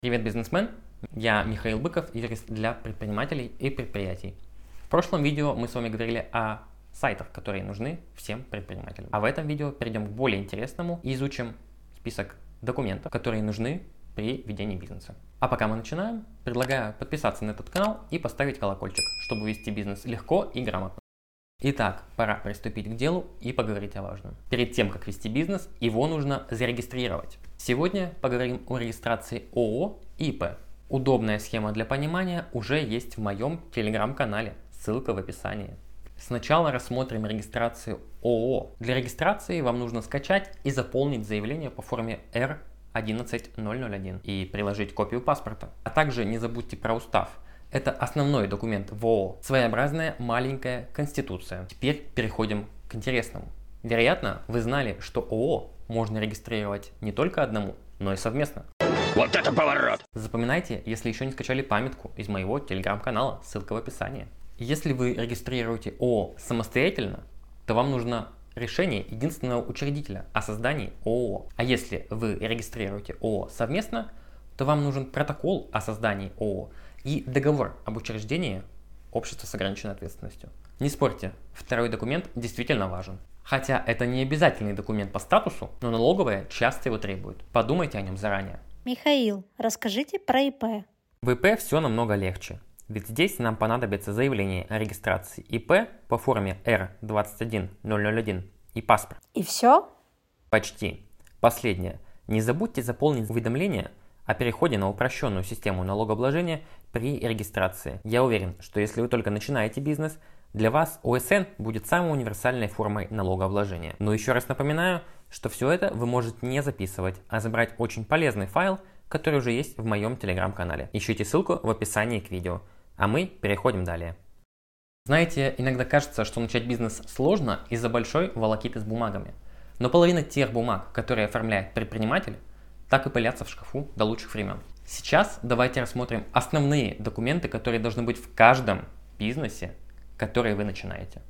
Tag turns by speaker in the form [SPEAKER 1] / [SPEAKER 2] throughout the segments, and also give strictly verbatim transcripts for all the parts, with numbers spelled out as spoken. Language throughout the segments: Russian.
[SPEAKER 1] Привет, бизнесмен! Я Михаил Быков, юрист для предпринимателей и предприятий. В прошлом видео мы с вами говорили о сайтах, которые нужны всем предпринимателям. А в этом видео перейдем к более интересному и изучим список документов, которые нужны при ведении бизнеса. А пока мы начинаем, предлагаю подписаться на этот канал и поставить колокольчик, чтобы вести бизнес легко и грамотно. Итак, пора приступить к делу и поговорить о важном. Перед тем, как вести бизнес, его нужно зарегистрировать. Сегодня поговорим о регистрации ООО и ИП. Удобная схема для понимания уже есть в моем телеграм-канале, ссылка в описании. Сначала рассмотрим регистрацию ООО. Для регистрации вам нужно скачать и заполнить заявление по форме эр одиннадцать ноль ноль один и приложить копию паспорта. А также не забудьте про устав. Это основной документ в ООО, своеобразная маленькая конституция. Теперь переходим к интересному. Вероятно, вы знали, что ООО можно регистрировать не только одному, но и совместно.
[SPEAKER 2] Вот это поворот!
[SPEAKER 1] Запоминайте, если еще не скачали памятку из моего телеграм-канала, ссылка в описании. Если вы регистрируете ООО самостоятельно, то вам нужно решение единственного учредителя о создании ООО. А если вы регистрируете ООО совместно, то вам нужен протокол о создании ООО и договор об учреждении общества с ограниченной ответственностью. Не спорьте, второй документ действительно важен. Хотя это не обязательный документ по статусу, но налоговая часто его требует. Подумайте о нем заранее.
[SPEAKER 3] Михаил, расскажите про ИП.
[SPEAKER 1] В ИП все намного легче, ведь здесь нам понадобится заявление о регистрации ИП по форме эр двадцать один ноль ноль один и паспорт.
[SPEAKER 3] И все?
[SPEAKER 1] Почти. Последнее. Не забудьте заполнить уведомление о переходе на упрощенную систему налогообложения при регистрации. Я уверен, что если вы только начинаете бизнес, для вас о эс эн будет самой универсальной формой налогообложения. Но еще раз напоминаю, что все это вы можете не записывать, а забрать очень полезный файл, который уже есть в моем телеграм-канале. Ищите ссылку в описании к видео. А мы переходим далее. Знаете, иногда кажется, что начать бизнес сложно из-за большой волокиты с бумагами. Но половина тех бумаг, которые оформляет предприниматель, так и пылятся в шкафу до лучших времен. Сейчас давайте рассмотрим основные документы, которые должны быть в каждом бизнесе, который вы начинаете.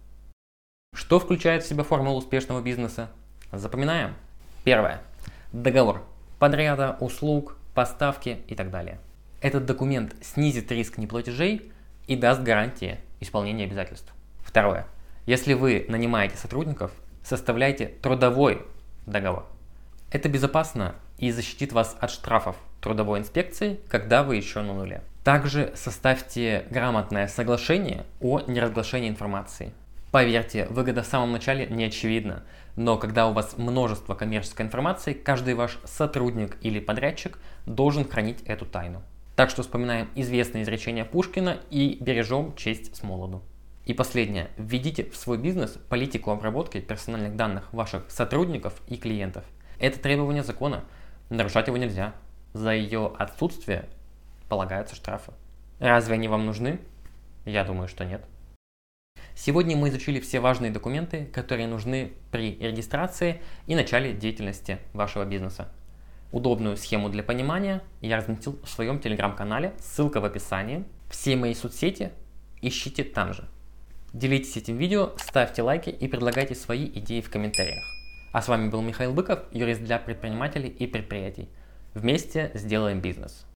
[SPEAKER 1] Что включает в себя формула успешного бизнеса? Запоминаем. Первое. Договор подряда, услуг, поставки и так далее. Этот документ снизит риск неплатежей и даст гарантии исполнения обязательств. Второе. Если вы нанимаете сотрудников, составляйте трудовой договор. Это безопасно и защитит вас от штрафов трудовой инспекции, когда вы еще на нуле. Также составьте грамотное соглашение о неразглашении информации. Поверьте, выгода в самом начале не очевидна, но когда у вас множество коммерческой информации, каждый ваш сотрудник или подрядчик должен хранить эту тайну. Так что вспоминаем известное изречение Пушкина и бережем честь с молоду. И последнее. Введите в свой бизнес политику обработки персональных данных ваших сотрудников и клиентов. Это требование закона, нарушать его нельзя. За ее отсутствие полагаются штрафы. Разве они вам нужны? Я думаю, что нет. Сегодня мы изучили все важные документы, которые нужны при регистрации и начале деятельности вашего бизнеса. Удобную схему для понимания я разместил в своем телеграм-канале, ссылка в описании. Все мои соцсети ищите там же. Делитесь этим видео, ставьте лайки и предлагайте свои идеи в комментариях. А с вами был Михаил Быков, юрист для предпринимателей и предприятий. Вместе сделаем бизнес.